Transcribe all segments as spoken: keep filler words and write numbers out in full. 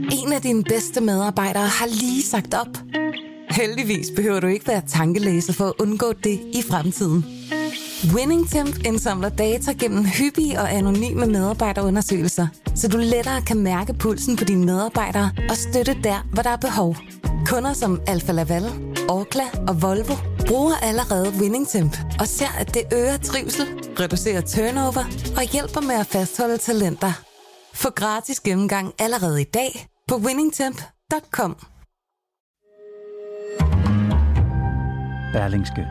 En af dine bedste medarbejdere har lige sagt op. Heldigvis behøver du ikke være tankelæser for at undgå det i fremtiden. WinningTemp indsamler data gennem hyppige og anonyme medarbejderundersøgelser, så du lettere kan mærke pulsen på dine medarbejdere og støtte der, hvor der er behov. Kunder som Alfa Laval, Orkla og Volvo bruger allerede WinningTemp og ser, at det øger trivsel, reducerer turnover og hjælper med at fastholde talenter. Få gratis gennemgang allerede i dag på winningtemp punktum com. Berlingske.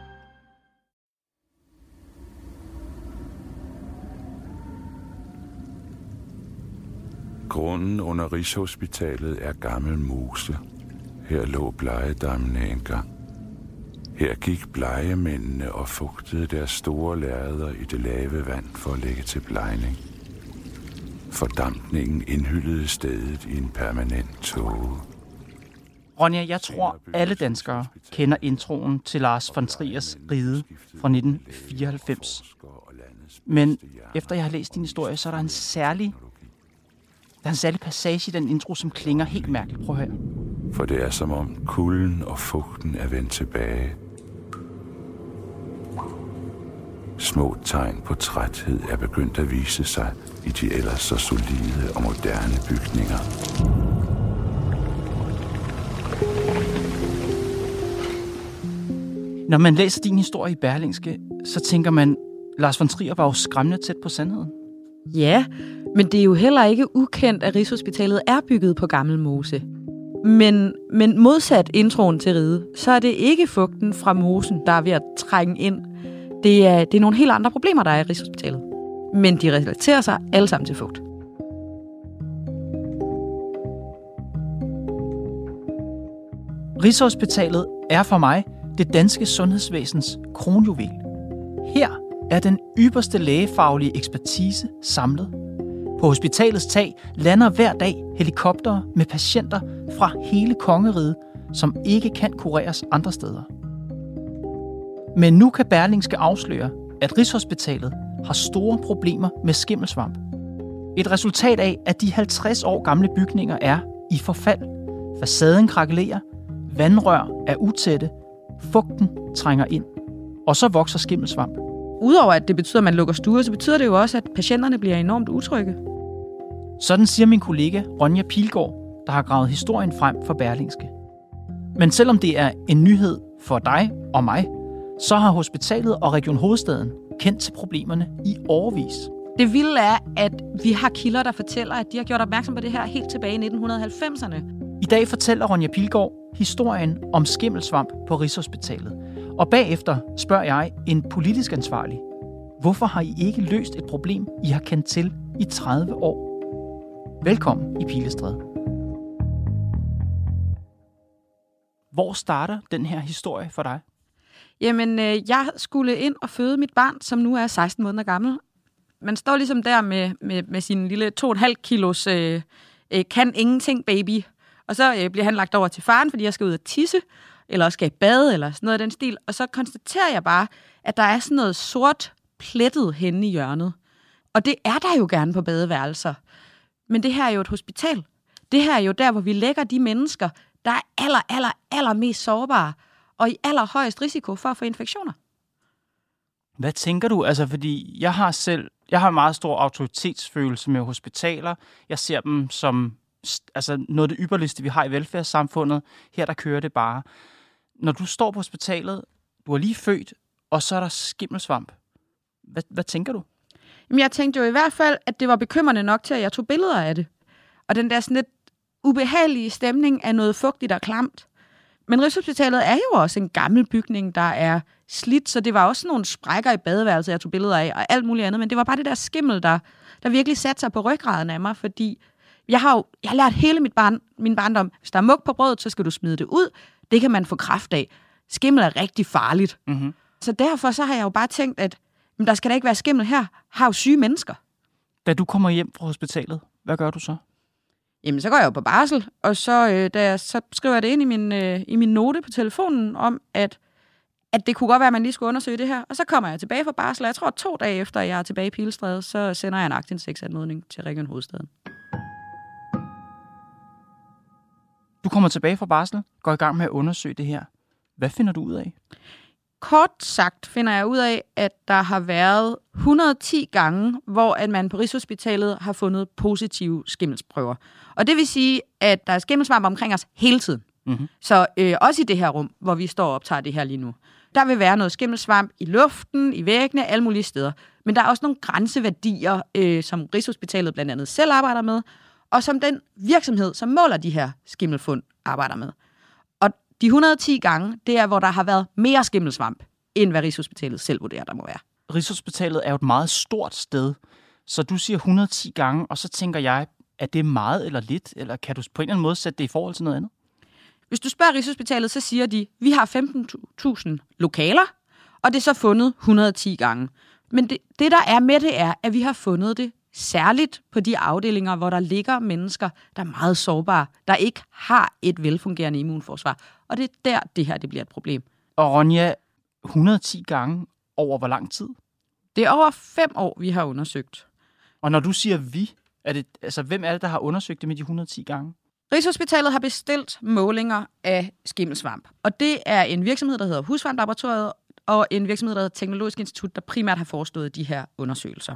Grunden under Rigshospitalet er gammel mose. Her lå blejedammene engang. Her gik blegemændene og fugtede deres store lærreder i det lave vand for at lægge til plejning. Fordampningen indhyllede stedet i en permanent tåge. Ronja, jeg tror, alle danskere kender introen til Lars von Triers Ride fra nitten fireoghalvfems. Men efter jeg har læst din historie, så er der en særlig, der er en særlig passage i den intro, som klinger helt mærkeligt. Prøv at høre. For det er som om kulden og fugten er vendt tilbage. Små tegn på træthed er begyndt at vise sig i de ellers så solide og moderne bygninger. Når man læser din historie i Berlingske, så tænker man, Lars von Trier var jo skræmmende tæt på sandheden. Ja, men det er jo heller ikke ukendt, at Rigshospitalet er bygget på gammel mose. Men, men modsat introen til Ride, så er det ikke fugten fra mosen, der er ved at trænge ind. Det er, det er nogle helt andre problemer, der er i Rigshospitalet. Men de relaterer sig alle sammen til fugt. Rigshospitalet er for mig det danske sundhedsvæsens kronjuvel. Her er den ypperste lægefaglige ekspertise samlet. På hospitalets tag lander hver dag helikoptere med patienter fra hele kongeriget, som ikke kan kureres andre steder. Men nu kan Berlingske afsløre, at Rigshospitalet har store problemer med skimmelsvamp. Et resultat af, at de halvtreds år gamle bygninger er i forfald. Facaden krakelerer, vandrør er utætte, fugten trænger ind, og så vokser skimmelsvamp. Udover at det betyder, at man lukker stuer, så betyder det jo også, at patienterne bliver enormt utrygge. Sådan siger min kollega Ronja Pilgaard, der har gravet historien frem for Berlingske. Men selvom det er en nyhed for dig og mig, så har hospitalet og Region Hovedstaden kendt til problemerne i årevis. Det vilde er, at vi har kilder, der fortæller, at de har gjort opmærksom på det her helt tilbage i nitten halvfemserne. I dag fortæller Ronja Pilgaard historien om skimmelsvamp på Rigshospitalet. Og bagefter spørger jeg en politisk ansvarlig, hvorfor har I ikke løst et problem, I har kendt til i tredive år? Velkommen i Pilestræde. Hvor starter den her historie for dig? Jamen, øh, jeg skulle ind og føde mit barn, som nu er seksten måneder gammel. Man står ligesom der med, med, med sin lille to komma fem kilos øh, øh, kan ingenting baby. Og så øh, bliver han lagt over til faren, fordi jeg skal ud og tisse, eller også skal i bade, eller sådan noget af den stil. Og så konstaterer jeg bare, at der er sådan noget sort plettet henne i hjørnet. Og det er der jo gerne på badeværelser. Men det her er jo et hospital. Det her er jo der, hvor vi lægger de mennesker, der er aller, aller, aller mest sårbare, og i allerhøjest risiko for at få infektioner. Hvad tænker du? Altså, fordi jeg har selv, jeg har en meget stor autoritetsfølelse med hospitaler. Jeg ser dem som altså noget af det ypperligste, vi har i velfærdssamfundet. Her, der kører det bare. Når du står på hospitalet, du er lige født, og så er der skimmelsvamp. Hvad, hvad tænker du? Jamen, jeg tænkte jo i hvert fald, at det var bekymrende nok til, at jeg tog billeder af det. Og den der sådan lidt ubehagelige stemning af noget fugtigt og klamt. Men Rigshospitalet er jo også en gammel bygning, der er slidt, så det var også nogle sprækker i badeværelset, jeg tog billeder af, og alt muligt andet. Men det var bare det der skimmel, der, der virkelig satte sig på ryggraden af mig, fordi jeg har jo jeg har lært hele mit barn, min barndom, hvis der er mug på brødet, så skal du smide det ud. Det kan man få kræft af. Skimmel er rigtig farligt. Mm-hmm. Så derfor så har jeg jo bare tænkt, at men der skal da ikke være skimmel her. Har jo syge mennesker. Da du kommer hjem fra hospitalet, hvad gør du så? Jamen, så går jeg jo på barsel, og så, øh, da jeg, så skriver jeg det ind i min, øh, i min note på telefonen om, at, at det kunne godt være, at man lige skulle undersøge det her. Og så kommer jeg tilbage fra barsel, og jeg tror, to dage efter, jeg er tilbage i Pilestræde, så sender jeg en aktindsigtsanmodning til Region Hovedstaden. kommer tilbage fra barsel, går i gang med at undersøge det her. Hvad finder du ud af? Kort sagt finder jeg ud af, at der har været et hundrede og ti gange, hvor at man på Rigshospitalet har fundet positive skimmelsprøver. Og det vil sige, at der er skimmelsvamp omkring os hele tiden. Mm-hmm. Så øh, også i det her rum, hvor vi står og optager det her lige nu. Der vil være noget skimmelsvamp i luften, i væggene, alle mulige steder. Men der er også nogle grænseværdier, øh, som Rigshospitalet blandt andet selv arbejder med, og som den virksomhed, som måler de her skimmelfund, arbejder med. Og de et hundrede og ti gange, det er, hvor der har været mere skimmelsvamp, end hvad Rigshospitalet selv vurderer, der må være. Rigshospitalet er jo et meget stort sted, så du siger et hundrede og ti gange, og så tænker jeg, at det er meget eller lidt, eller kan du på en eller anden måde sætte det i forhold til noget andet? Hvis du spørger Rigshospitalet, så siger de, vi har femten tusind lokaler, og det er så fundet et hundrede og ti gange. Men det, det, der er med det, er, at vi har fundet det særligt på de afdelinger, hvor der ligger mennesker, der er meget sårbare, der ikke har et velfungerende immunforsvar. Og det er der, det her det bliver et problem. Og Ronja, et hundrede og ti gange over hvor lang tid? Det er over fem år, vi har undersøgt. Og når du siger vi, er det, altså, hvem er det, der har undersøgt det med de et hundrede og ti gange? Rigshospitalet har bestilt målinger af skimmelsvamp. Og det er en virksomhed, der hedder Husvamplaboratoriet, og en virksomhed, der hedder Teknologisk Institut, der primært har forestået de her undersøgelser.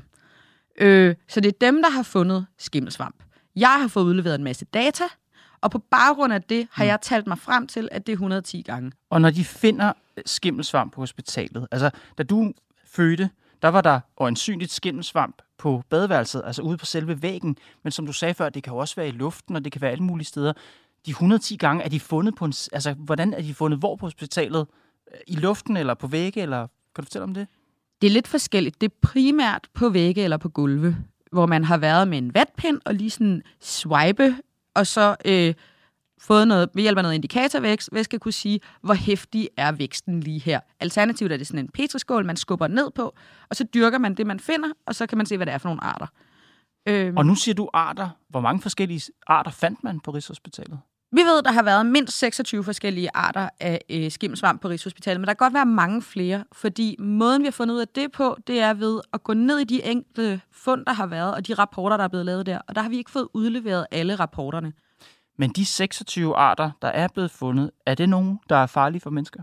Øh, så det er dem, der har fundet skimmelsvamp. Jeg har fået udleveret en masse data, og på baggrund af det har jeg talt mig frem til, at det er et hundrede og ti gange. Og når de finder skimmelsvamp på hospitalet, altså da du fødte, der var der øjensynligt skimmelsvamp på badeværelset, altså ude på selve væggen, men som du sagde før, det kan jo også være i luften, og det kan være alle mulige steder. De et hundrede og ti gange, er de fundet på en, altså hvordan er de fundet hvor på hospitalet? I luften eller på vægge, eller kan du fortælle om det? Det er lidt forskelligt. Det er primært på vægge eller på gulve, hvor man har været med en vatpind og lige sådan swipe, og så øh, fået noget, ved hjælp af noget indikatorvæske, kunne sige, hvor hæftig er væksten lige her. Alternativt er det sådan en petriskål, man skubber ned på, og så dyrker man det, man finder, og så kan man se, hvad det er for nogle arter. Øhm. Og nu siger du arter. Hvor mange forskellige arter fandt man på Rigshospitalet? Vi ved, der har været mindst seksogtyve forskellige arter af øh, skimmelsvamp på Rigshospitalet, men der kan godt være mange flere, fordi måden, vi har fundet ud af det på, det er ved at gå ned i de enkelte fund, der har været, og de rapporter, der er blevet lavet der, og der har vi ikke fået udleveret alle rapporterne. Men de seksogtyve arter, der er blevet fundet, er det nogen, der er farlige for mennesker?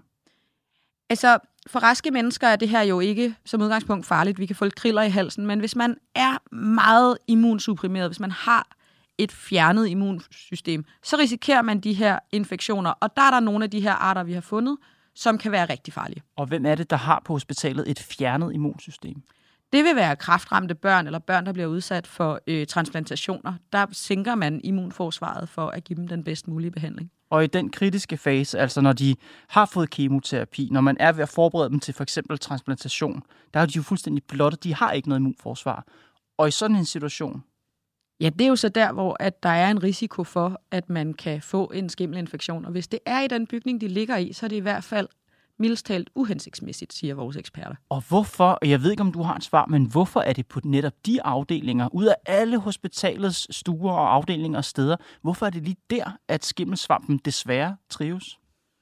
Altså, for raske mennesker er det her jo ikke som udgangspunkt farligt. Vi kan få lidt kriller i halsen, men hvis man er meget immunsupprimeret, hvis man har et fjernet immunsystem, så risikerer man de her infektioner. Og der er der nogle af de her arter, vi har fundet, som kan være rigtig farlige. Og hvem er det, der har på hospitalet et fjernet immunsystem? Det vil være kræftramte børn, eller børn, der bliver udsat for øh, transplantationer. Der sænker man immunforsvaret for at give dem den bedst mulige behandling. Og i den kritiske fase, altså når de har fået kemoterapi, når man er ved at forberede dem til for eksempel transplantation, der er de jo fuldstændig blottet, de har ikke noget immunforsvar. Og i sådan en situation... Ja, det er jo så der, hvor at der er en risiko for, at man kan få en skimmelinfektion. Og hvis det er i den bygning, de ligger i, så er det i hvert fald mildest talt uhensigtsmæssigt, siger vores eksperter. Og hvorfor, jeg ved ikke, om du har et svar, men hvorfor er det på netop de afdelinger, ud af alle hospitalets stuer og afdelinger og steder, hvorfor er det lige der, at skimmelsvampen desværre trives?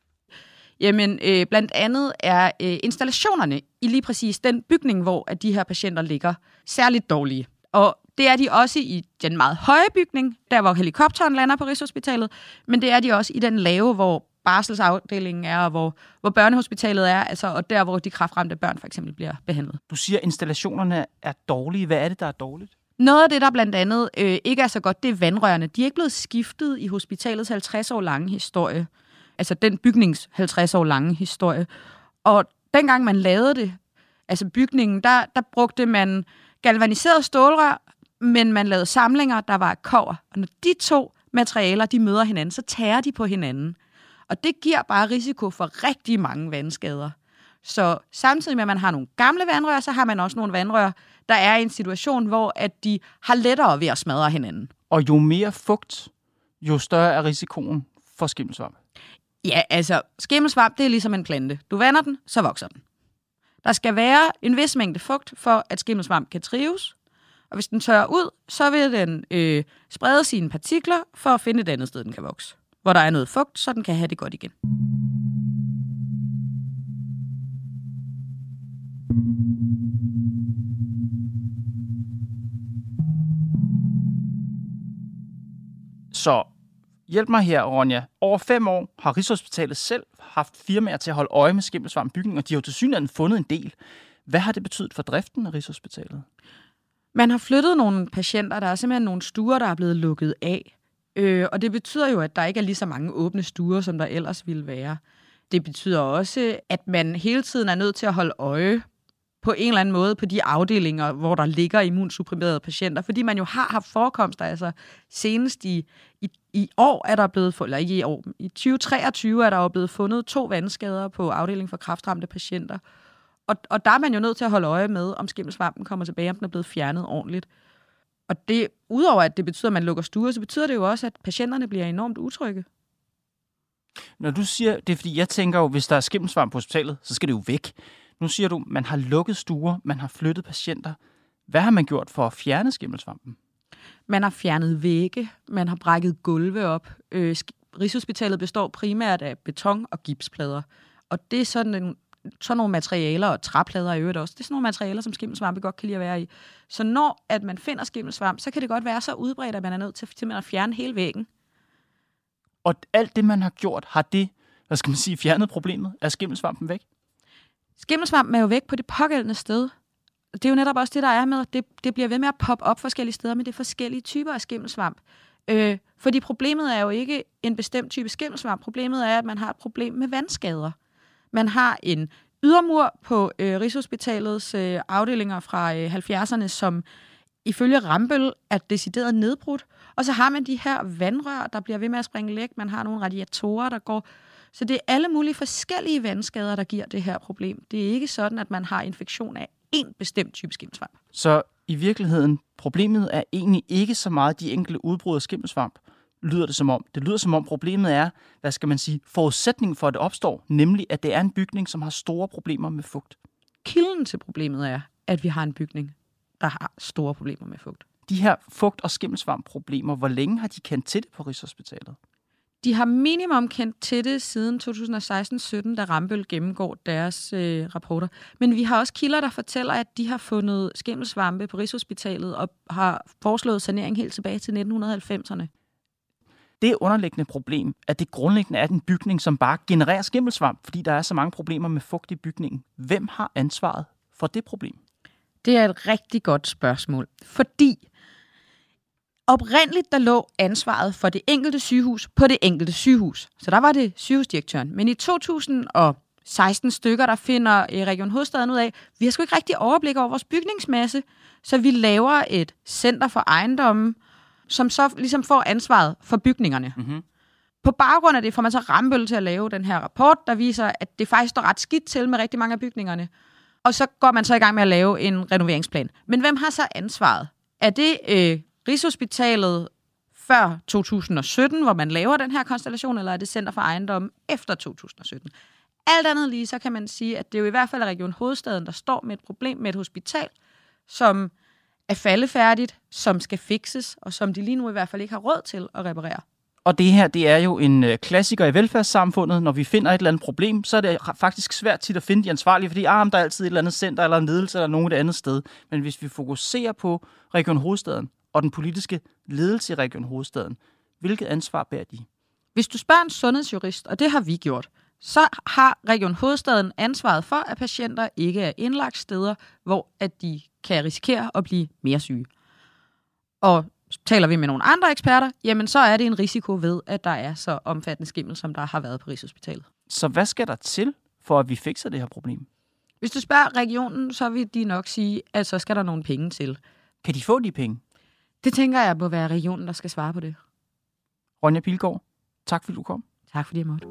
Jamen, øh, blandt andet er øh, installationerne i lige præcis den bygning, hvor at de her patienter ligger, særligt dårlige. Og det er de også i den meget høje bygning, der hvor helikopteren lander på Rigshospitalet, men det er de også i den lave, hvor barselsafdelingen er, og hvor, hvor børnehospitalet er, altså, og der, hvor de kræftramte børn for eksempel bliver behandlet. Du siger, at installationerne er dårlige. Hvad er det, der er dårligt? Noget af det, der blandt andet øh, ikke er så godt, det er vandrørene. De er ikke blevet skiftet i hospitalets halvtreds år lange historie. Altså den bygnings halvtreds år lange historie. Og dengang man lavede det, altså bygningen, der, der brugte man galvaniseret stålrør, men man lavede samlinger, der var kobber. Og når de to materialer, de møder hinanden, så tærer de på hinanden. Og det giver bare risiko for rigtig mange vandskader. Så samtidig med, at man har nogle gamle vandrør, så har man også nogle vandrør, der er i en situation, hvor at de har lettere ved at smadre hinanden. Og jo mere fugt, jo større er risikoen for skimmelsvamp. Ja, altså skimmelsvamp, det er ligesom en plante. Du vander den, så vokser den. Der skal være en vis mængde fugt, for at skimmelsvamp kan trives. Og hvis den tørrer ud, så vil den øh, sprede sine partikler for at finde et andet sted, den kan vokse. Hvor der er noget fugt, så den kan have det godt igen. Så hjælp mig her, Ronja. Over fem år har Rigshospitalet selv haft firmaer til at holde øje med skimmelsvamp i bygningen, og de har jo tilsyneladende fundet en del. Hvad har det betydet for driften af Rigshospitalet? Man har flyttet nogle patienter. Der er simpelthen nogle stuer, der er blevet lukket af. Øh, og det betyder jo, at der ikke er lige så mange åbne stuer, som der ellers ville være. Det betyder også, at man hele tiden er nødt til at holde øje på en eller anden måde på de afdelinger, hvor der ligger immunsupprimerede patienter, fordi man jo har haft forekomster. Altså senest i, i, i år er der blevet, eller ikke i år, i tyve treogtyve er der jo blevet fundet to vandskader på afdelingen for kræftramte patienter. Og, og der er man jo nødt til at holde øje med, om skimmelsvampen kommer tilbage, om den er blevet fjernet ordentligt. Og det, udover at det betyder, at man lukker stuer, så betyder det jo også, at patienterne bliver enormt utrygge. Når du siger, det er fordi, jeg tænker jo, hvis der er skimmelsvamp på hospitalet, så skal det jo væk. Nu siger du, man har lukket stuer, man har flyttet patienter. Hvad har man gjort for at fjerne skimmelsvampen? Man har fjernet vægge, man har brækket gulve op. Øh, Rigshospitalet består primært af beton og gipsplader. Og det er sådan, en, sådan nogle materialer, og træplader i øvrigt også, det er sådan nogle materialer, som skimmelsvampe godt kan lide at være i. Så når at man finder skimmelsvamp, så kan det godt være så udbredt, at man er nødt til simpelthen at fjerne hele væggen. Og alt det, man har gjort, har det, hvad skal man sige, fjernet problemet? Er skimmelsvampen væk? Skimmelsvampen er jo væk på det pågældende sted. Det er jo netop også det, der er med, det, det bliver ved med at poppe op forskellige steder, men det er forskellige typer af skimmelsvamp. Øh, fordi problemet er jo ikke en bestemt type skimmelsvamp. Problemet er, at man har et problem med vandskader. Man har en ydermur på øh, Rigshospitalets øh, afdelinger fra øh, halvfjerdserne, som ifølge Rambøll er decideret nedbrudt. Og så har man de her vandrør, der bliver ved med at springe læk. Man har nogle radiatorer, der går. Så det er alle mulige forskellige vandskader, der giver det her problem. Det er ikke sådan, at man har infektion af én bestemt type skimmelsvamp. Så i virkeligheden, problemet er egentlig ikke så meget de enkelte udbrud af skimmelsvamp, lyder det som om. Det lyder som om problemet er, hvad skal man sige, forudsætningen for, at det opstår, nemlig at det er en bygning, som har store problemer med fugt. Kilden til problemet er, at vi har en bygning, der har store problemer med fugt. De her fugt- og skimmelsvamp-problemer, hvor længe har de kendt til det på Rigshospitalet? De har minimum kendt til det siden to tusind og seksten sytten, da Rambøll gennemgår deres øh, rapporter. Men vi har også kilder, der fortæller, at de har fundet skimmelsvampe på Rigshospitalet og har foreslået sanering helt tilbage til nitten halvfemserne. Det underliggende problem, at det grundlæggende er en bygning, som bare genererer skimmelsvamp, fordi der er så mange problemer med fugt i bygningen. Hvem har ansvaret for det problem? Det er et rigtig godt spørgsmål, fordi oprindeligt der lå ansvaret for det enkelte sygehus på det enkelte sygehus. Så der var det sygehusdirektøren. Men i to tusind og seksten stykker, der finder Region Hovedstaden ud af, vi har sgu ikke rigtig overblik over vores bygningsmasse, så vi laver et center for ejendommen, som så ligesom får ansvaret for bygningerne. Mm-hmm. På baggrund af det får man så Rambøll til at lave den her rapport, der viser, at det faktisk står ret skidt til med rigtig mange af bygningerne. Og så går man så i gang med at lave en renoveringsplan. Men hvem har så ansvaret? Er det øh, Rigshospitalet før to tusind og sytten, hvor man laver den her konstellation, eller er det Center for Ejendom efter to tusind og sytten? Alt andet lige, så kan man sige, at det er jo i hvert fald Region Hovedstaden, der står med et problem med et hospital, som er faldefærdigt, som skal fikses, og som de lige nu i hvert fald ikke har råd til at reparere. Og det her, det er jo en klassiker i velfærdssamfundet. Når vi finder et eller andet problem, så er det faktisk svært tit at finde de ansvarlige, fordi ah, der er altid et eller andet center eller en ledelse eller nogen et andet sted. Men hvis vi fokuserer på Region Hovedstaden og den politiske ledelse i Region Hovedstaden, hvilket ansvar bærer de? Hvis du spørger en sundhedsjurist, og det har vi gjort, så har Region Hovedstaden ansvaret for, at patienter ikke er indlagt steder, hvor at de kan risikere at blive mere syge. Og taler vi med nogle andre eksperter, jamen så er det en risiko ved, at der er så omfattende skimmel, som der har været på Rigshospitalet. Så hvad skal der til, for at vi fikser det her problem? Hvis du spørger regionen, så vil de nok sige, at så skal der nogle penge til. Kan de få de penge? Det tænker jeg må være regionen, der skal svare på det. Ronja Pilgaard, tak fordi du kom. Tak fordi jeg måtte.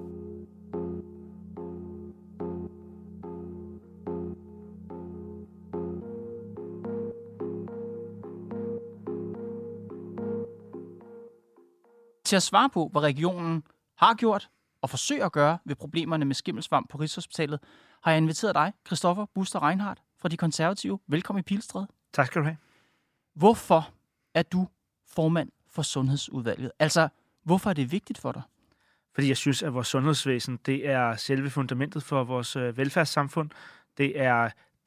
Til at svare på, hvad regionen har gjort og forsøger at gøre ved problemerne med skimmelsvamp på Rigshospitalet, har jeg inviteret dig, Christoffer Buster Reinhardt fra De Konservative. Velkommen i Pilestræde. Tak skal du have. Hvorfor er du formand for Sundhedsudvalget? Altså, hvorfor er det vigtigt for dig? Fordi jeg synes, at vores sundhedsvæsen, det er selve fundamentet for vores velfærdssamfund. Det er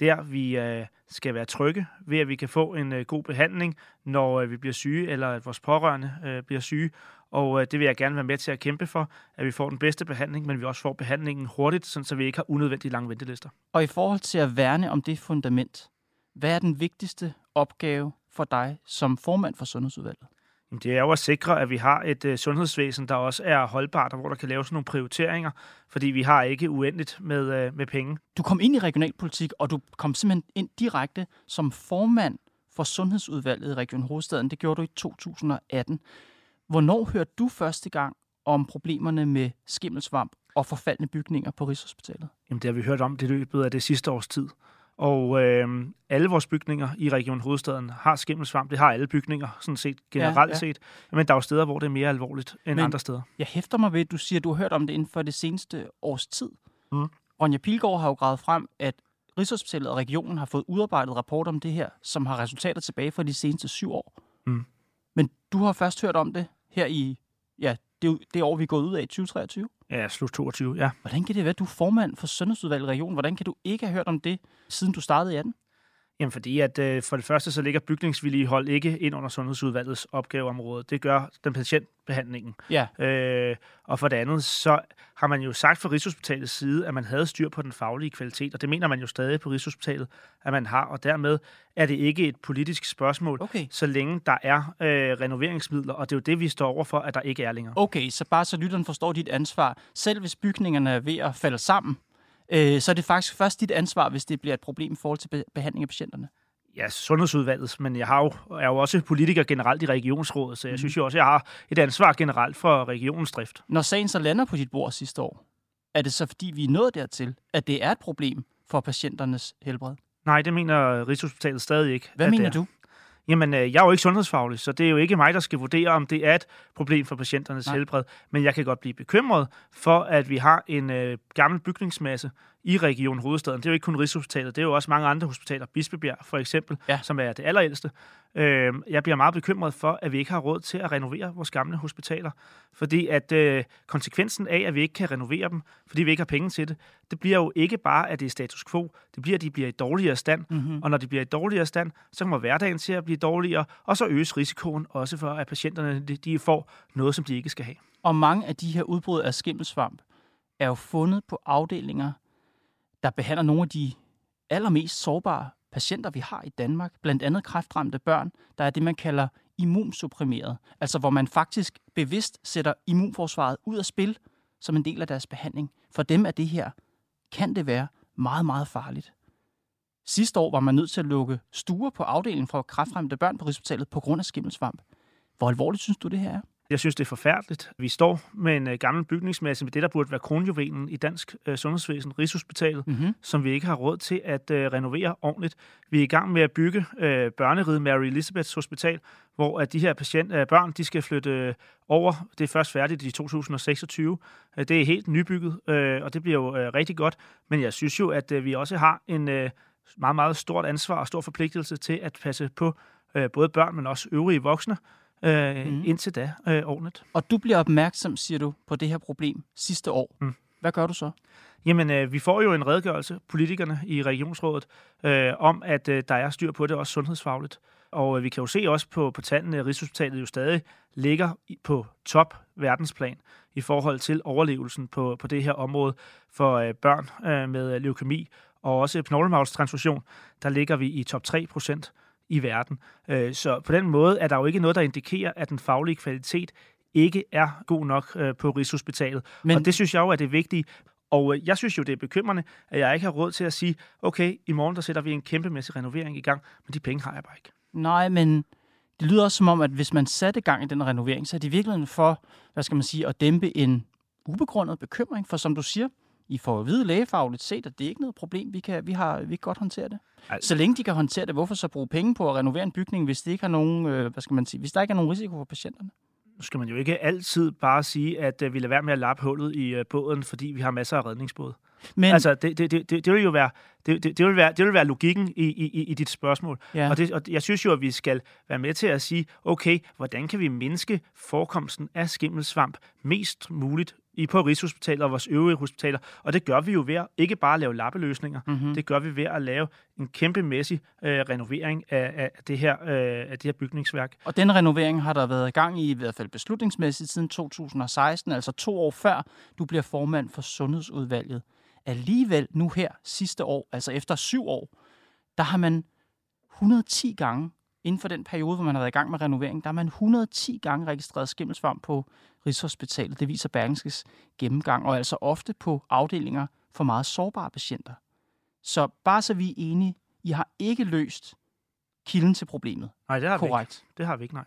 der, vi øh, skal være trygge ved, at vi kan få en øh, god behandling, når øh, vi bliver syge, eller at vores pårørende øh, bliver syge. Og øh, det vil jeg gerne være med til at kæmpe for, at vi får den bedste behandling, men vi også får behandlingen hurtigt, sådan, så vi ikke har unødvendigt lange ventelister. Og i forhold til at værne om det fundament, hvad er den vigtigste opgave for dig som formand for Sundhedsudvalget? Det er jo at sikre, at vi har et øh, sundhedsvæsen, der også er holdbart, og hvor der kan laves nogle prioriteringer, fordi vi har ikke uendeligt med, øh, med penge. Du kom ind i regionalpolitik, og du kom simpelthen ind direkte som formand for Sundhedsudvalget i Region Hovedstaden. Det gjorde du i to tusind og atten. Hvornår hørte du første gang om problemerne med skimmelsvamp og forfaldne bygninger på Rigshospitalet? Jamen, det har vi hørt om det løbet af det sidste års tid. Og øh, alle vores bygninger i Region Hovedstaden har skimmelsvamp. Det har alle bygninger, sådan set generelt ja, ja. set. Men der er jo steder, hvor det er mere alvorligt end Men andre steder. Jeg hæfter mig ved, at du siger, at du har hørt om det inden for det seneste års tid. Mm. Ronja Pilgaard har jo gravet frem, at Rigshospitalet og regionen har fået udarbejdet rapport om det her, som har resultater tilbage fra de seneste syv år. Mm. Men du har først hørt om det her i ja, det, det år, vi er gået ud af i tyve treogtyve. Ja, slut toogtyve, ja. Hvordan kan det være, at du er formand for Sundhedsudvalget i regionen? Hvordan kan du ikke have hørt om det, siden du startede i atten? Jamen fordi, at øh, for det første, så ligger bygningsvedligehold ikke ind under Sundhedsudvalgets opgaveområde. Det gør den patientbehandlingen. Ja. Øh, og for det andet, så har man jo sagt fra Rigshospitalets side, at man havde styr på den faglige kvalitet, og det mener man jo stadig på Rigshospitalet, at man har, og dermed er det ikke et politisk spørgsmål, okay. så længe der er øh, renoveringsmidler, og det er jo det, vi står over for, at der ikke er længere. Okay, så bare så lytteren forstår dit ansvar. Selv hvis bygningerne er ved at falde sammen, så er det faktisk først dit ansvar, hvis det bliver et problem i forhold til behandling af patienterne. Ja, Sundhedsudvalget, men jeg har jo, er jo også politiker generelt i regionsrådet, så jeg mm. synes jo også, at jeg har et ansvar generelt for regionens drift. Når sagen så lander på dit bord sidste år, er det så fordi, vi er nået dertil, at det er et problem for patienternes helbred? Nej, det mener Rigshospitalet stadig ikke. Hvad mener du? Jamen, jeg er jo ikke sundhedsfaglig, så det er jo ikke mig, der skal vurdere, om det er et problem for patienternes Nej. helbred. Men jeg kan godt blive bekymret for, at vi har en øh, gammel bygningsmasse i Region Hovedstaden. Det er jo ikke kun Rigshospitalet, det er jo også mange andre hospitaler. Bispebjerg for eksempel, ja. som er det allerældste. Øh, jeg bliver meget bekymret for, at vi ikke har råd til at renovere vores gamle hospitaler. Fordi at øh, konsekvensen af, at vi ikke kan renovere dem, fordi vi ikke har penge til det, det bliver jo ikke bare, at det er status quo. Det bliver, at de bliver i dårligere stand. Mm-hmm. Og når de bliver i dårligere stand, så kommer hverdagen til at blive dårligere, og så øges risikoen også for, at patienterne de, de får noget, som de ikke skal have. Og mange af de her udbrud af skimmelsvamp er jo fundet på afdelinger, der behandler nogle af de allermest sårbare patienter, vi har i Danmark, blandt andet kræftramte børn, der er det, man kalder immunsupprimeret. Altså hvor man faktisk bevidst sætter immunforsvaret ud af spil som en del af deres behandling. For dem er det her, kan det være meget, meget farligt. Sidste år var man nødt til at lukke stuer på afdelingen for kræftramte børn på Rigshospitalet på grund af skimmelsvamp. Hvor alvorligt synes du, det her er? Jeg synes, det er forfærdeligt. Vi står med en uh, gammel bygningsmasse med det, der burde være kronjuvelen i dansk uh, sundhedsvæsen, Rigshospitalet, mm-hmm. som vi ikke har råd til at uh, renovere ordentligt. Vi er i gang med at bygge uh, børneriget Mary Elizabeths Hospital, hvor uh, de her patient, uh, børn de skal flytte uh, over. Det er først færdigt i to tusind og seksogtyve. Uh, det er helt nybygget, uh, og det bliver jo uh, rigtig godt. Men jeg synes jo, at uh, vi også har en uh, meget, meget stort ansvar og stor forpligtelse til at passe på uh, både børn, men også øvrige voksne, Øh, mm. indtil da øh, ordentligt. Og du bliver opmærksom, siger du, på det her problem sidste år. Mm. Hvad gør du så? Jamen, øh, vi får jo en redegørelse, politikerne i regionsrådet, øh, om at øh, der er styr på det, også sundhedsfagligt. Og øh, vi kan jo se også på, på tallene, at Rigshospitalet jo stadig ligger på top verdensplan i forhold til overlevelsen på, på det her område for øh, børn øh, med leukemi og også knoglemarvstransfusion. Der ligger vi i top tre procent i verden. Så på den måde er der jo ikke noget, der indikerer, at den faglige kvalitet ikke er god nok på Rigshospitalet. Men... Og det synes jeg jo er det vigtige. Og jeg synes jo, det er bekymrende, at jeg ikke har råd til at sige, okay, i morgen der sætter vi en kæmpemæssig renovering i gang, men de penge har jeg bare ikke. Nej, men det lyder også som om, at hvis man satte gang i den renovering, så er det i virkeligheden for, hvad skal man sige, at dæmpe en ubegrundet bekymring. For som du siger, I får at vide lægefagligt set, at det er ikke noget problem. Vi kan, vi har, vi kan godt håndtere det. Altså, så længe de kan håndtere det, hvorfor så bruge penge på at renovere en bygning, hvis det ikke har nogen, øh, hvad skal man sige, hvis der ikke er nogen risiko for patienterne? Nu skal man jo ikke altid bare sige, at øh, vi lader være med at lappe hullet i øh, båden, fordi vi har masser af redningsbåde. Men altså, det, det, det, det, det vil jo være, det, det, det vil være, det vil være logikken i, i, i dit spørgsmål. Ja. Og, det, og jeg synes jo, at vi skal være med til at sige, okay, hvordan kan vi mindske forekomsten af skimmelsvamp mest muligt i på Rigshospitalet og vores øvrige hospitaler. Og det gør vi jo ved at ikke bare lave lappeløsninger. Mm-hmm. Det gør vi ved at lave en kæmpemæssig øh, renovering af, af, det her, øh, af det her bygningsværk. Og den renovering har der været i gang i, i hvert fald beslutningsmæssigt, siden to tusind og seksten, altså to år før du bliver formand for Sundhedsudvalget. Alligevel nu her sidste år, altså efter syv år, der har man et hundrede og ti gange, inden for den periode, hvor man har været i gang med renovering, der har man et hundrede og ti gange registreret skimmelsvamp på Rigshospitalet. Det viser Berlingskes gennemgang, og altså ofte på afdelinger for meget sårbare patienter. Så bare så vi er enige, I har ikke løst kilden til problemet. Nej, det har Korrekt. vi ikke. Det har vi ikke, nej.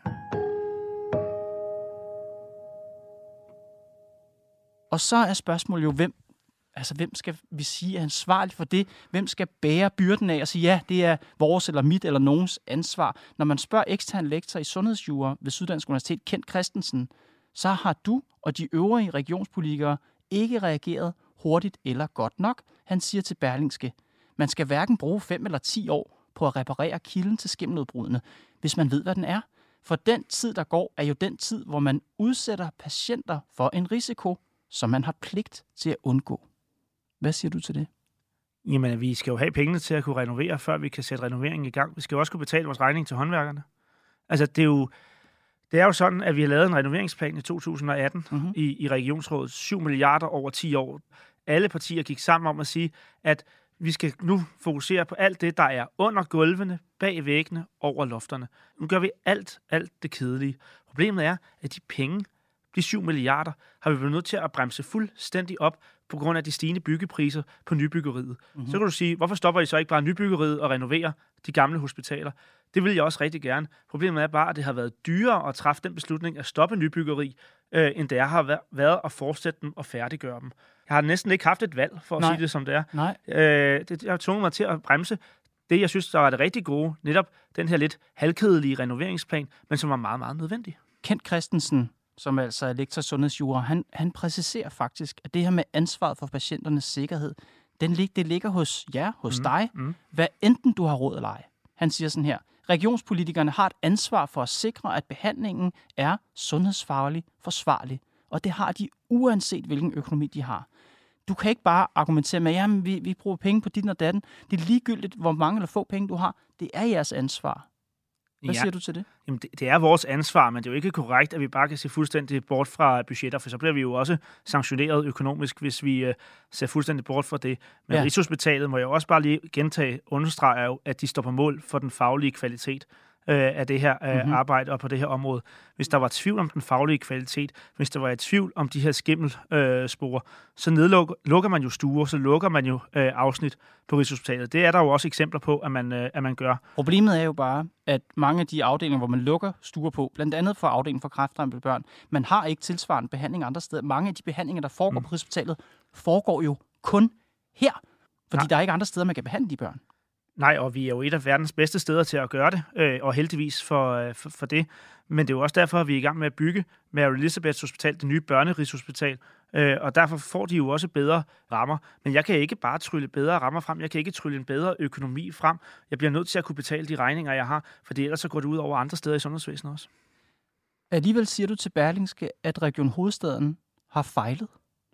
Og så er spørgsmålet jo, hvem Altså, hvem skal vi sige er ansvarlig for det? Hvem skal bære byrden af at sige, ja, det er vores eller mit eller nogens ansvar? Når man spørger ekstern lektor i sundhedsjura ved Syddansk Universitet, Kent Christensen, så har du og de øvrige regionspolitikere ikke reageret hurtigt eller godt nok. Han siger til Berlingske, man skal hverken bruge fem eller ti år på at reparere kilden til skimmeludbrudene, hvis man ved, hvad den er. For den tid, der går, er jo den tid, hvor man udsætter patienter for en risiko, som man har pligt til at undgå. Hvad siger du til det? Jamen, vi skal jo have pengene til at kunne renovere, før vi kan sætte renoveringen i gang. Vi skal jo også kunne betale vores regning til håndværkerne. Altså, det er jo, det er jo sådan, at vi har lavet en renoveringsplan i to tusind og atten mm-hmm. i, i Regionsrådet. syv milliarder over ti år. Alle partier gik sammen om at sige, at vi skal nu fokusere på alt det, der er under gulvene, bag væggene, over lofterne. Nu gør vi alt, alt det kedelige. Problemet er, at de penge, de syv milliarder, har vi været nødt til at bremse fuldstændig op på grund af de stigende byggepriser på nybyggeriet. Mm-hmm. Så kan du sige, hvorfor stopper I så ikke bare nybyggeriet og renoverer de gamle hospitaler? Det vil jeg også rigtig gerne. Problemet er bare, at det har været dyrere at træffe den beslutning at stoppe nybyggeri, øh, end det har været at fortsætte dem og færdiggøre dem. Jeg har næsten ikke haft et valg, for at Nej. sige det som det er. Nej. Øh, det, jeg har tvunget mig til at bremse det, jeg synes, der var det rigtig gode, netop den her lidt halvkedelige renoveringsplan, men som var meget, meget nødvendig. Kent Christensen, som altså er lektor i sundhedsjura, han, han præciserer faktisk, at det her med ansvaret for patienternes sikkerhed, den, det ligger hos jer, hos mm, dig, mm. hvad enten du har råd eller ej. Han siger sådan her, regionspolitikerne har et ansvar for at sikre, at behandlingen er sundhedsfaglig forsvarlig, og det har de uanset hvilken økonomi de har. Du kan ikke bare argumentere med, at vi, vi bruger penge på dit og datten. Det er ligegyldigt, hvor mange eller få penge du har. Det er jeres ansvar. Hvad ja. siger du til det? Jamen, det, det er vores ansvar, men det er jo ikke korrekt, at vi bare kan se fuldstændig bort fra budgetter, for så bliver vi jo også sanktioneret økonomisk, hvis vi uh, ser fuldstændig bort fra det. Men ja. Rigshospitalet må jeg også bare lige gentage, understreger jo, at de står på mål for den faglige kvalitet øh, af det her øh, mm-hmm. arbejde og på det her område. Hvis der var tvivl om den faglige kvalitet, hvis der var et tvivl om de her skimmelsporer, øh, så nedlukker lukker man jo stuer, så lukker man jo øh, afsnit på Rigshospitalet. Det er der jo også eksempler på, at man, øh, at man gør. Problemet er jo bare, at mange af de afdelinger, hvor man lukker stuer på, blandt andet for afdelingen for kræftramte børn, man har ikke tilsvarende behandling andre steder. Mange af de behandlinger, der foregår mm. på Rigshospitalet, foregår jo kun her, fordi Nej. der er ikke andre steder, man kan behandle de børn. Nej, og vi er jo et af verdens bedste steder til at gøre det, øh, og heldigvis for, for, for det. Men det er jo også derfor, at vi er i gang med at bygge Mary Elizabeths Hospital, det nye børnerigshospital, øh, og derfor får de jo også bedre rammer. Men jeg kan ikke bare trylle bedre rammer frem, jeg kan ikke trylle en bedre økonomi frem. Jeg bliver nødt til at kunne betale de regninger, jeg har, for ellers så går det ud over andre steder i sundhedsvæsenet også. Alligevel siger du til Berlingske, at Region Hovedstaden har fejlet.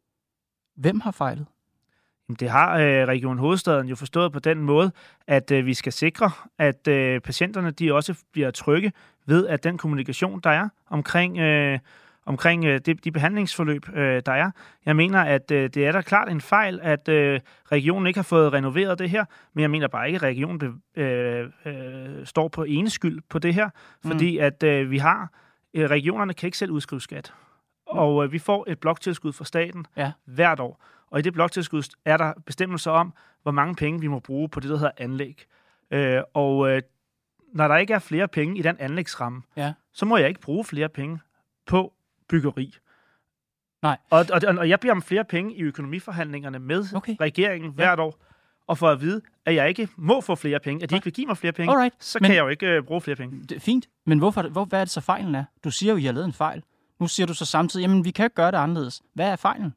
Hvem har fejlet? Det har øh, Region Hovedstaden jo forstået på den måde, at øh, vi skal sikre, at øh, patienterne de også bliver trygge ved, at den kommunikation, der er omkring, øh, omkring øh, de, de behandlingsforløb, øh, der er. Jeg mener, at øh, det er da klart en fejl, at øh, regionen ikke har fået renoveret det her, men jeg mener bare ikke, at regionen øh, øh, står på eneskyld på det her, fordi mm. at øh, vi har, øh, regionerne kan ikke selv udskrive skat, og øh, vi får et bloktilskud fra staten ja. hvert år. Og i det bloktilskud er der bestemmelser om, hvor mange penge vi må bruge på det, der hedder anlæg. Øh, og øh, når der ikke er flere penge i den anlægsramme, ja. så må jeg ikke bruge flere penge på byggeri. Nej. Og, og, og jeg beder om flere penge i økonomiforhandlingerne med okay. regeringen hvert ja. år, og for at vide, at jeg ikke må få flere penge, at de ikke vil give mig flere penge, Alright. så kan men, jeg jo ikke øh, bruge flere penge. Det er fint, men hvorfor, hvor, hvad er det så fejlen er? Du siger jo, at I har lavet en fejl. Nu siger du så samtidig, jamen vi kan ikke gøre det anderledes. Hvad er fejlen?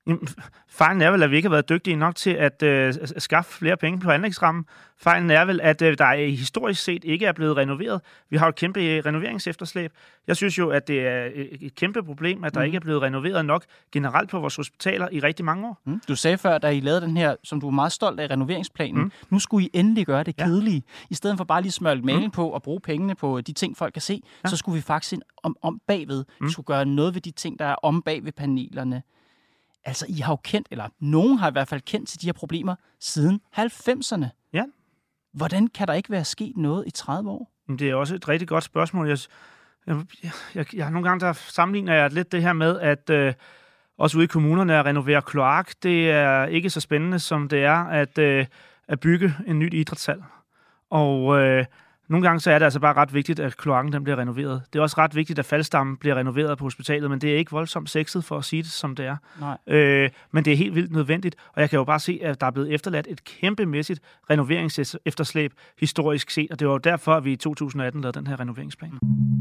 Jamen, fejlen er vel, at vi ikke har været dygtige nok til at øh, skaffe flere penge på anlægsrammen. Fejlen er vel, at øh, der historisk set ikke er blevet renoveret. Vi har jo et kæmpe renoveringsefterslæb. Jeg synes jo, at det er et kæmpe problem, at der mm. ikke er blevet renoveret nok generelt på vores hospitaler i rigtig mange år. Mm. Du sagde før, da I lavede den her, som du er meget stolt af, renoveringsplanen. Mm. Nu skulle I endelig gøre det kedelige. Ja. I stedet for bare lige smøre lidt maling mm. på og bruge pengene på de ting, folk kan se, ja. så skulle vi faktisk ind om, om bagved. Mm. Vi skulle gøre noget ved de ting, der er om bag ved panelerne. Altså, I har jo kendt, eller nogen har i hvert fald kendt til de her problemer siden halvfemserne. Ja. Hvordan kan der ikke være sket noget i tredive år? Det er også et rigtig godt spørgsmål. Jeg, jeg, jeg, jeg nogle gange der sammenligner jeg lidt det her med, at øh, også ude i kommunerne at renovere kloak, det er ikke så spændende, som det er at, øh, at bygge en ny idrætshal. Og øh, nogle gange så er det altså bare ret vigtigt, at kloakken den bliver renoveret. Det er også ret vigtigt, at faldstammen bliver renoveret på hospitalet, men det er ikke voldsomt sexet for at sige det, som det er. Nej. Øh, men det er helt vildt nødvendigt, og jeg kan jo bare se, at der er blevet efterladt et kæmpemæssigt renoveringsefterslæb historisk set, og det var jo derfor, at vi i to tusind og atten lavede den her renoveringsplan.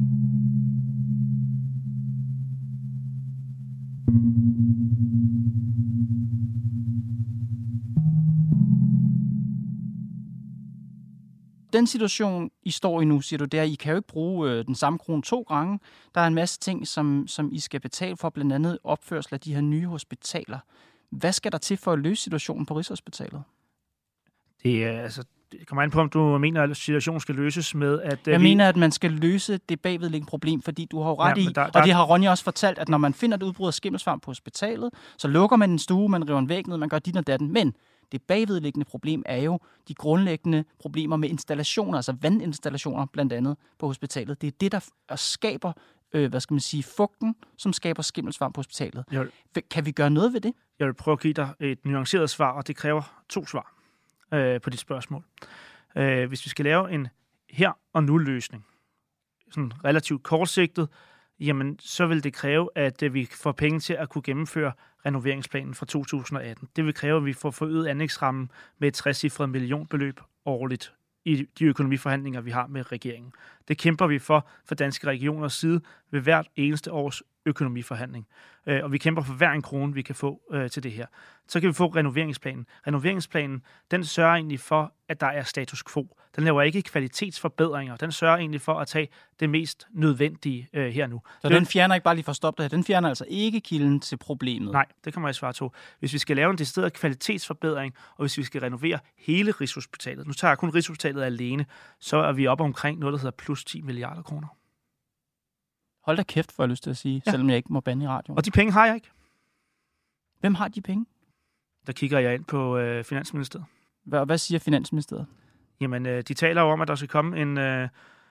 Den situation, I står i nu, siger du, det er, I kan jo ikke bruge øh, den samme krone to gange. Der er en masse ting, som, som I skal betale for, blandt andet opførsel af de her nye hospitaler. Hvad skal der til for at løse situationen på Rigshospitalet? Det, er, altså, det kommer an på, om du mener, at situationen skal løses med, at... Jeg vi... mener, at man skal løse det bagvedliggende problem, fordi du har jo ret ja, i, der, der... og det har Ronja også fortalt, at når man finder et udbrud af skimmelsvamp på hospitalet, så lukker man en stue, man river en væg ned, man gør dit og datten, men det bagvedliggende problem er jo de grundlæggende problemer med installationer, altså vandinstallationer blandt andet på hospitalet. Det er det, der skaber, øh, hvad skal man sige, fugten, som skaber skimmelsvamp på hospitalet. Vil, kan vi gøre noget ved det? Jeg vil prøve at give dig et nuanceret svar, og det kræver to svar øh, på dit spørgsmål. Øh, hvis vi skal lave en her og nu løsning, sådan relativt kortsigtet, jamen så vil det kræve, at vi får penge til at kunne gennemføre renoveringsplanen fra to tusind og atten. Det vil kræve, at vi får forøget anlægsrammen med et trecifret millionbeløb årligt i de økonomiforhandlinger, vi har med regeringen. Det kæmper vi for fra Danske Regioners side ved hvert eneste års økonomiforhandling. Og vi kæmper for hver en krone, vi kan få øh, til det her. Så kan vi få renoveringsplanen. Renoveringsplanen, den sørger egentlig for, at der er status quo. Den laver ikke kvalitetsforbedringer. Den sørger egentlig for at tage det mest nødvendige øh, her nu. Så den fjerner ikke bare lige for at stoppe det her. Den fjerner altså ikke kilden til problemet. Nej, det kommer jeg svare to. Hvis vi skal lave en decideret kvalitetsforbedring, og hvis vi skal renovere hele Rigshospitalet, nu tager jeg kun Rigshospitalet alene, så er vi oppe omkring noget, der hedder plus ti milliarder kroner. Hold da kæft, får jeg lyst til at sige, ja. Selvom jeg ikke må bande i radioen. Og de penge har jeg ikke. Hvem har de penge? Der kigger jeg ind på øh, Finansministeriet. Hvad, hvad siger Finansministeriet? Jamen, øh, de taler jo om, at der skal komme en øh,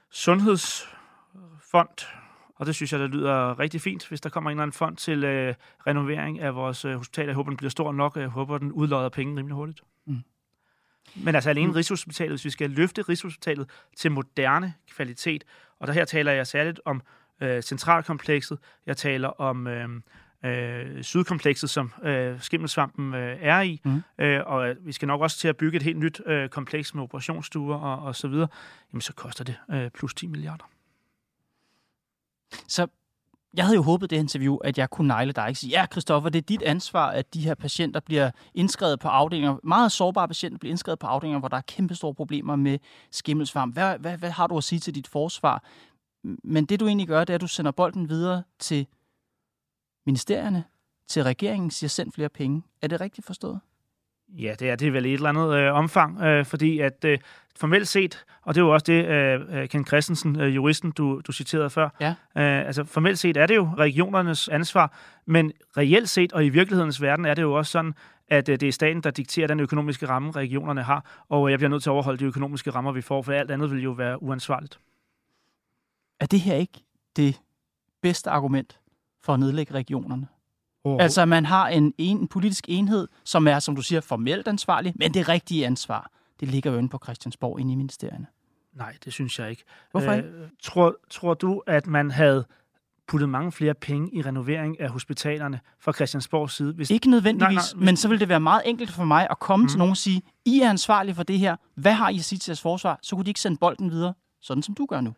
sundhedsfond, og det synes jeg, der lyder rigtig fint, hvis der kommer en eller anden fond til øh, renovering af vores øh, hospital. Jeg håber, den bliver stor nok, og jeg håber, den udlodder penge rimelig hurtigt. Mm. Men altså alene mm. Rigshospitalet, hvis vi skal løfte Rigshospitalet til moderne kvalitet, og der her taler jeg særligt om øh, centralkomplekset, jeg taler om øh, øh, sydkomplekset, som øh, skimmelsvampen øh, er i, mm. øh, og vi skal nok også til at bygge et helt nyt øh, kompleks med operationsstuer og, og så videre, jamen så koster det øh, plus ti milliarder. Så jeg havde jo håbet det interview, at jeg kunne negle dig. Ikke sige, ja, Christoffer, det er dit ansvar, at de her patienter bliver indskrevet på afdelinger. Meget sårbare patienter bliver indskrevet på afdelinger, hvor der er kæmpe store problemer med skimmelsvamp. Hvad, hvad, hvad har du at sige til dit forsvar? Men det du egentlig gør, det er, at du sender bolden videre til ministerierne, til regeringen, siger send flere penge. Er det rigtigt forstået? Ja, det er det vel i et eller andet øh, omfang, øh, fordi at øh, formelt set, og det er jo også det, øh, Ken Christensen, øh, juristen, du, du citerede før, ja. øh, altså formelt set er det jo regionernes ansvar, men reelt set og i virkelighedens verden er det jo også sådan, at øh, det er staten, der dikterer den økonomiske ramme, regionerne har, og jeg bliver nødt til at overholde de økonomiske rammer, vi får, for alt andet vil jo være uansvarligt. Er det her ikke det bedste argument for at nedlægge regionerne? Oh. Altså, man har en, en, en politisk enhed, som er, som du siger, formelt ansvarlig, men det rigtige ansvar, det ligger jo inde på Christiansborg, inde i ministerierne. Nej, det synes jeg ikke. Hvorfor ikke? Øh, tror, tror du, at man havde puttet mange flere penge i renovering af hospitalerne fra Christiansborgs side? Hvis... Ikke nødvendigvis, nej, nej, hvis... men så vil det være meget enkelt for mig at komme mm. til nogen og sige, I er ansvarlige for det her. Hvad har I at sige til jeres forsvar? Så kunne de ikke sende bolden videre, sådan som du gør nu.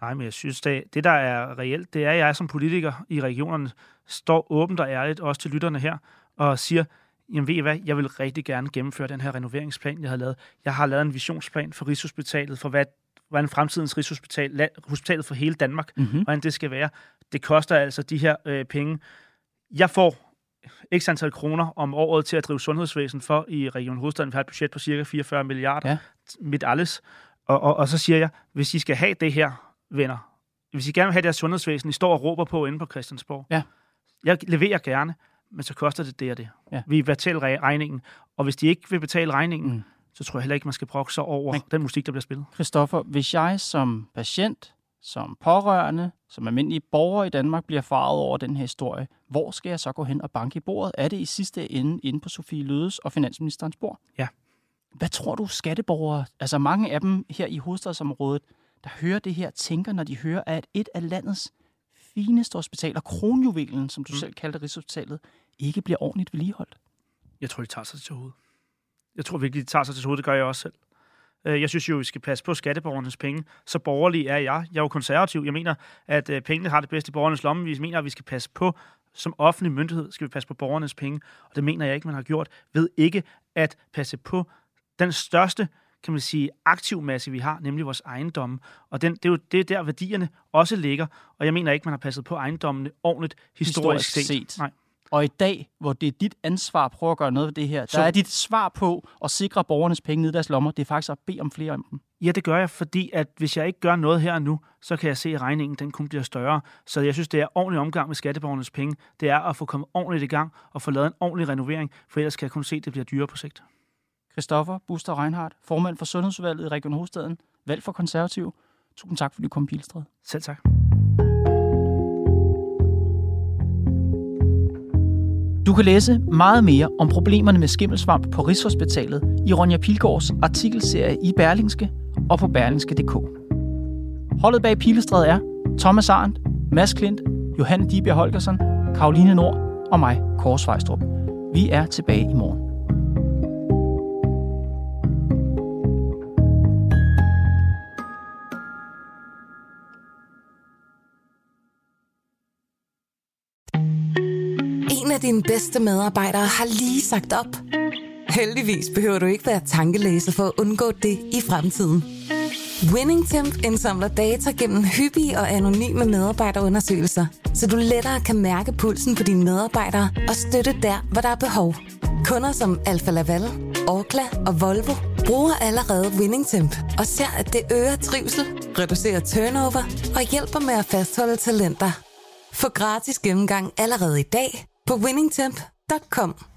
Nej, men jeg synes, det, det der er reelt, det er, at jeg som politiker i regionerne står åbent og ærligt, også til lytterne her, og siger, jamen ved I hvad, jeg vil rigtig gerne gennemføre den her renoveringsplan, jeg har lavet. Jeg har lavet en visionsplan for Rigshospitalet, for hvad, hvordan fremtidens Rigshospital, hospitalet for hele Danmark, mm-hmm. hvordan det skal være. Det koster altså de her øh, penge. Jeg får x antal kroner om året til at drive sundhedsvæsen for i Region Hovedstaden. Vi har et budget på cirka fireogfyrre milliarder, ja. Mit alles. Og, og, og så siger jeg, hvis I skal have det her, venner, hvis I gerne vil have det her sundhedsvæsen, I står og råber på inde på Christiansborg, ja. Jeg leverer gerne, men så koster det det og det. Ja. Vi vil betale regningen, og hvis de ikke vil betale regningen, mm. så tror jeg heller ikke, man skal brokke sig over men, den musik, der bliver spillet. Christoffer, hvis jeg som patient, som pårørende, som almindelige borger i Danmark bliver farvet over den her historie, hvor skal jeg så gå hen og banke i bordet? Er det i sidste ende inde på Sofie Lødes og finansministerens bord? Ja. Hvad tror du, skatteborgere, altså mange af dem her i hovedstadsområdet, der hører det her, tænker, når de hører, at et af landets fineste hospitaler, kronjuvelen, som du mm. selv kaldte Rigshospitalet, ikke bliver ordentligt vedligeholdt? Jeg tror, de tager sig til hovedet. Jeg tror virkelig, de tager sig til hovedet. Det gør jeg også selv. Jeg synes jo, vi skal passe på skatteborgernes penge. Så borgerlig er jeg. Jeg er jo konservativ. Jeg mener, at pengene har det bedste i borgernes lomme. Vi mener, at vi skal passe på, som offentlig myndighed, skal vi passe på borgernes penge. Og det mener jeg ikke, man har gjort ved ikke at passe på den største, kan man sige, aktivmasse, vi har, nemlig vores ejendomme. Og den, det er jo det, der værdierne også ligger. Og jeg mener ikke, man har passet på ejendommene ordentligt historisk, historisk set. set. Nej. Og i dag, hvor det er dit ansvar at prøve at gøre noget ved det her, så der er dit svar på at sikre borgernes penge ned i deres lommer, det er faktisk at bede om flere om dem. Ja, det gør jeg, fordi at hvis jeg ikke gør noget her og nu, så kan jeg se, at regningen den kun bliver større. Så jeg synes, det er ordentlig omgang med skatteborgernes penge. Det er at få kommet ordentligt i gang og få lavet en ordentlig renovering, for ellers kan jeg kun se, at det bliver dyrere på sigt. Christoffer Buster Reinhardt, formand for Sundhedsudvalget i Region Hovedstaden, valgt for Konservativ. Tusind tak, fordi du kom, Pilestræde. Selv tak. Du kan læse meget mere om problemerne med skimmelsvamp på Rigshospitalet i Ronja Pilgaards artikelserie i Berlingske og på berlingske punktum d k. Holdet bag Pilestræde er Thomas Arendt, Mads Klint, Johanne Dibjerg Holgersen, Karoline Nord og mig, Kåre Svejstrup. Vi er tilbage i morgen. En af dine bedste medarbejdere har lige sagt op. Heldigvis behøver du ikke være tankelæser for at undgå det i fremtiden. WinningTemp indsamler data gennem hyppige og anonyme medarbejderundersøgelser, så du lettere kan mærke pulsen på dine medarbejdere og støtte der, hvor der er behov. Kunder som Alfa Laval, Orkla og Volvo bruger allerede WinningTemp og ser, at det øger trivsel, reducerer turnover og hjælper med at fastholde talenter. Få gratis gennemgang allerede i dag på winningtemp punktum com.